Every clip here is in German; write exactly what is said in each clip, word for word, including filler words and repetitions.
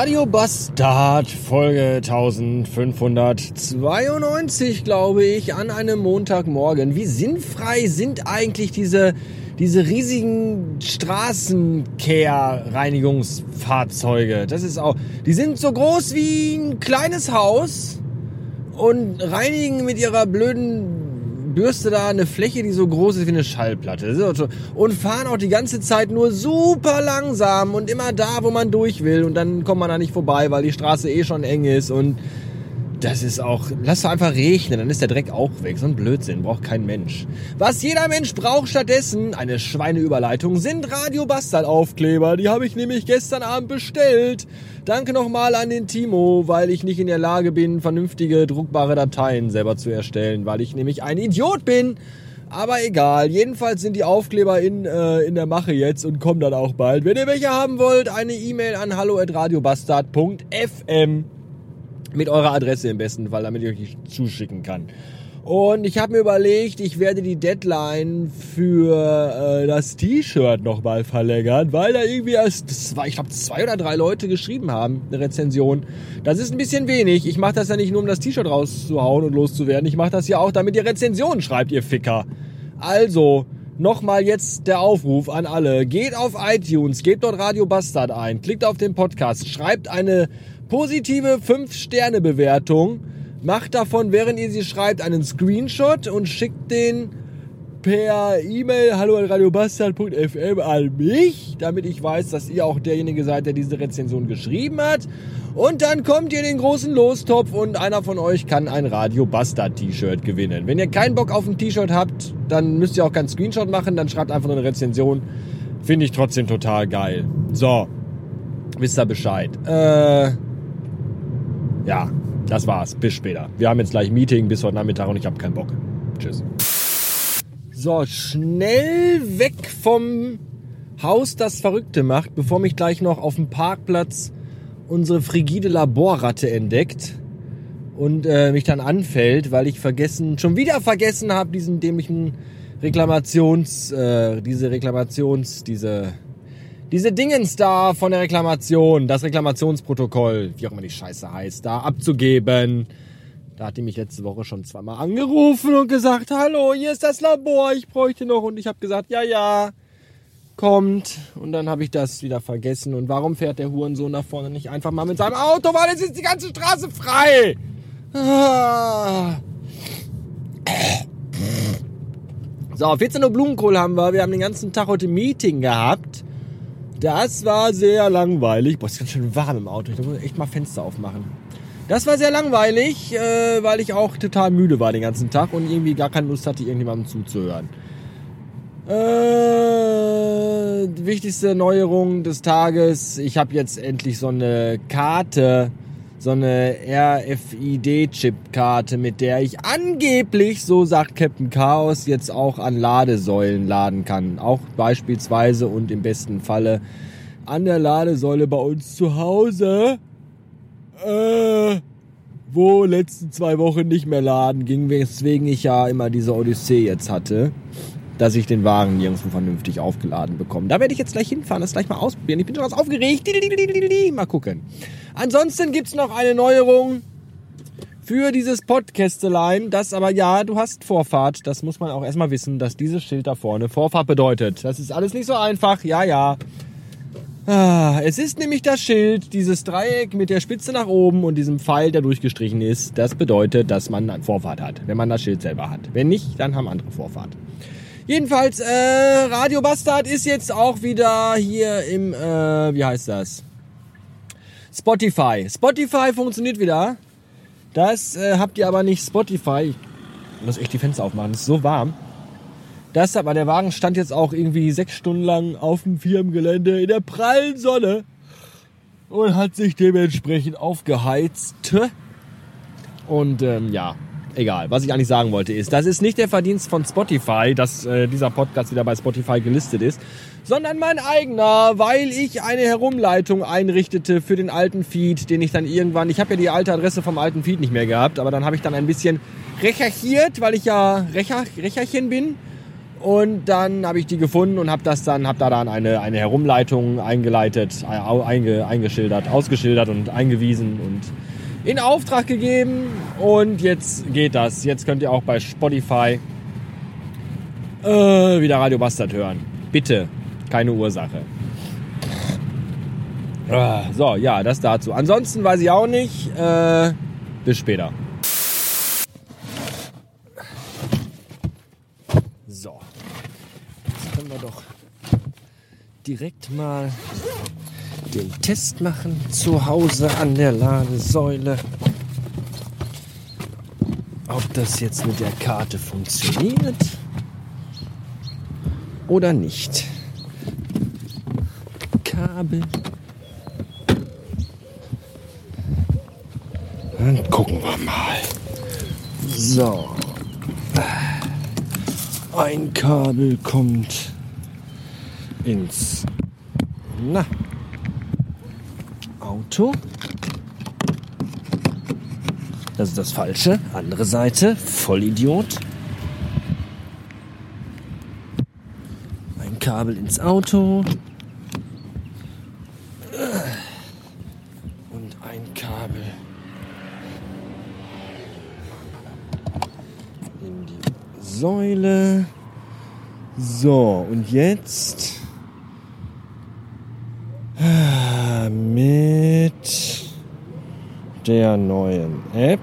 Radio Bastard, Folge eintausendfünfhundertzweiundneunzig, glaube ich, an einem Montagmorgen. Wie sinnfrei sind eigentlich diese, diese riesigen Straßenkehr-Reinigungsfahrzeuge? Das ist auch, die sind so groß wie ein kleines Haus und reinigen mit ihrer blöden Bürste da eine Fläche, die so groß ist wie eine Schallplatte. Und fahren auch die ganze Zeit nur super langsam und immer da, wo man durch will. Und dann kommt man da nicht vorbei, weil die Straße eh schon eng ist. Und das ist auch, lass doch einfach regnen, dann ist der Dreck auch weg. So ein Blödsinn, braucht kein Mensch. Was jeder Mensch braucht stattdessen, eine Schweineüberleitung, sind Radio Bastard Aufkleber. Die habe ich nämlich gestern Abend bestellt. Danke nochmal an den Timo, weil ich nicht in der Lage bin, vernünftige druckbare Dateien selber zu erstellen, weil ich nämlich ein Idiot bin. Aber egal, jedenfalls sind die Aufkleber in, äh, in der Mache jetzt und kommen dann auch bald. Wenn ihr welche haben wollt, eine E-Mail an hallo at radiobastard punkt f m mit eurer Adresse im besten Fall, damit ich euch die zuschicken kann. Und ich habe mir überlegt, ich werde die Deadline für äh, das T-Shirt nochmal verlängern, weil da irgendwie erst, zwei, ich glaube, zwei oder drei Leute geschrieben haben, eine Rezension. Das ist ein bisschen wenig. Ich mache das ja nicht nur, um das T-Shirt rauszuhauen und loszuwerden. Ich mache das ja auch, damit ihr Rezensionen schreibt, ihr Ficker. Also, nochmal jetzt der Aufruf an alle. Geht auf iTunes, gebt dort Radio Bastard ein, klickt auf den Podcast, schreibt eine positive fünf Sterne Bewertung. Macht davon, während ihr sie schreibt, einen Screenshot und schickt den per E-Mail hallo at radiobastard punkt f m an mich, damit ich weiß, dass ihr auch derjenige seid, der diese Rezension geschrieben hat. Und dann kommt ihr in den großen Lostopf und einer von euch kann ein Radio Bastard T-Shirt gewinnen. Wenn ihr keinen Bock auf ein T-Shirt habt, dann müsst ihr auch keinen Screenshot machen, dann schreibt einfach nur eine Rezension. Finde ich trotzdem total geil. So, wisst ihr Bescheid. Äh, ja. Das war's. Bis später. Wir haben jetzt gleich ein Meeting bis heute Nachmittag und ich habe keinen Bock. Tschüss. So, schnell weg vom Haus, das Verrückte macht, bevor mich gleich noch auf dem Parkplatz unsere frigide Laborratte entdeckt und äh, mich dann anfällt, weil ich vergessen, schon wieder vergessen habe, diesen dämlichen Reklamations, äh, diese Reklamations, diese... Diese Dingens da von der Reklamation, das Reklamationsprotokoll, wie auch immer die Scheiße heißt, da abzugeben. Da hat die mich letzte Woche schon zweimal angerufen und gesagt, hallo, hier ist das Labor, ich bräuchte noch. Und ich habe gesagt, ja, ja, kommt. Und dann habe ich das wieder vergessen. Und warum fährt der Hurensohn da vorne nicht einfach mal mit seinem Auto, weil jetzt ist die ganze Straße frei. Ah. So, vierzehn Uhr Blumenkohl haben wir. Wir haben den ganzen Tag heute Meeting gehabt. Das war sehr langweilig. Boah, ist ganz schön warm im Auto. Ich muss echt mal Fenster aufmachen. Das war sehr langweilig, äh, weil ich auch total müde war den ganzen Tag und irgendwie gar keine Lust hatte, irgendjemandem zuzuhören. Äh, die wichtigste Neuerung des Tages. Ich habe jetzt endlich so eine Karte, so eine R F I D-Chip-Karte, mit der ich angeblich, so sagt Captain Chaos, jetzt auch an Ladesäulen laden kann. Auch beispielsweise und im besten Falle an der Ladesäule bei uns zu Hause, äh, wo letzten zwei Wochen nicht mehr laden ging, weswegen ich ja immer diese Odyssee jetzt hatte, dass ich den Wagen nirgendwo vernünftig aufgeladen bekomme. Da werde ich jetzt gleich hinfahren, das gleich mal ausprobieren. Ich bin schon ganz aufgeregt. Mal gucken. Ansonsten gibt's noch eine Neuerung für dieses Podcastelein. Das aber, ja, du hast Vorfahrt. Das muss man auch erstmal wissen, dass dieses Schild da vorne Vorfahrt bedeutet. Das ist alles nicht so einfach. Ja, ja. Ah, es ist nämlich das Schild, dieses Dreieck mit der Spitze nach oben und diesem Pfeil, der durchgestrichen ist. Das bedeutet, dass man Vorfahrt hat, wenn man das Schild selber hat. Wenn nicht, dann haben andere Vorfahrt. Jedenfalls, äh, Radio Bastard ist jetzt auch wieder hier im, äh, wie heißt das? Spotify. Spotify funktioniert wieder. Das äh, habt ihr aber nicht Spotify. Ich muss echt die Fenster aufmachen, es ist so warm. Das aber, der Wagen stand jetzt auch irgendwie sechs Stunden lang auf dem Firmengelände in der prallen Sonne und hat sich dementsprechend aufgeheizt. Und ähm, ja, egal. Was ich eigentlich sagen wollte ist, das ist nicht der Verdienst von Spotify, dass äh, dieser Podcast wieder bei Spotify gelistet ist, sondern mein eigener, weil ich eine Herumleitung einrichtete für den alten Feed, den ich dann irgendwann, ich habe ja die alte Adresse vom alten Feed nicht mehr gehabt, aber dann habe ich dann ein bisschen recherchiert, weil ich ja Recher, Recherchen bin Und dann habe ich die gefunden und habe das dann, habe da dann eine, eine Herumleitung eingeleitet, einge, eingeschildert, ausgeschildert und eingewiesen und in Auftrag gegeben. Und jetzt geht das. Jetzt könnt ihr auch bei Spotify äh, wieder Radio Bastard hören. Bitte, keine Ursache. Äh, so, ja, das dazu. Ansonsten weiß ich auch nicht. Äh, bis später. So, jetzt können wir doch direkt mal den Test machen zu Hause an der Ladesäule. Ob das jetzt mit der Karte funktioniert oder nicht. Kabel. Dann gucken wir mal. So. Ein Kabel kommt ins na, Auto. Das ist das Falsche. Andere Seite. Vollidiot. Ein Kabel ins Auto. Und ein Kabel in die Säule. So, und jetzt mit der neuen App.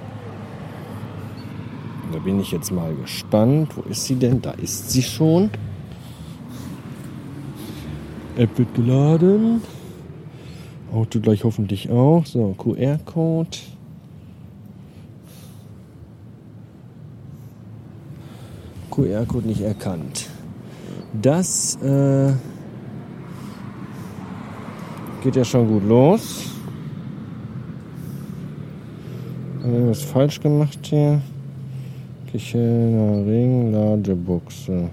Da bin ich jetzt mal gespannt. Wo ist sie denn? Da ist sie schon. App wird geladen. Auto gleich hoffentlich auch. So, Q R-Code. Q R-Code nicht erkannt. Das äh, geht ja schon gut los. Haben wir irgendwas falsch gemacht hier? Kichelner Ring, Ladebuchse.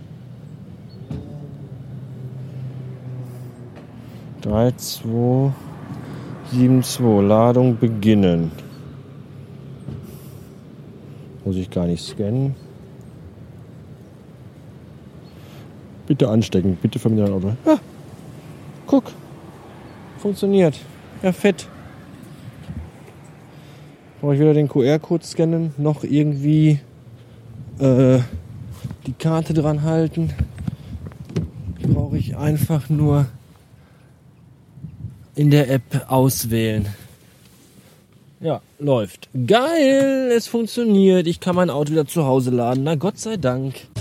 drei zwei sieben zwei, Ladung beginnen. Muss ich gar nicht scannen. Bitte anstecken, bitte vermitteln ein Auto. Ah, guck, funktioniert. Ja, fett. Brauche ich wieder den Q R-Code scannen, noch irgendwie äh, die Karte dran halten. Brauche ich einfach nur in der App auswählen. Ja, läuft. Geil, es funktioniert. Ich kann mein Auto wieder zu Hause laden. Na Gott sei Dank.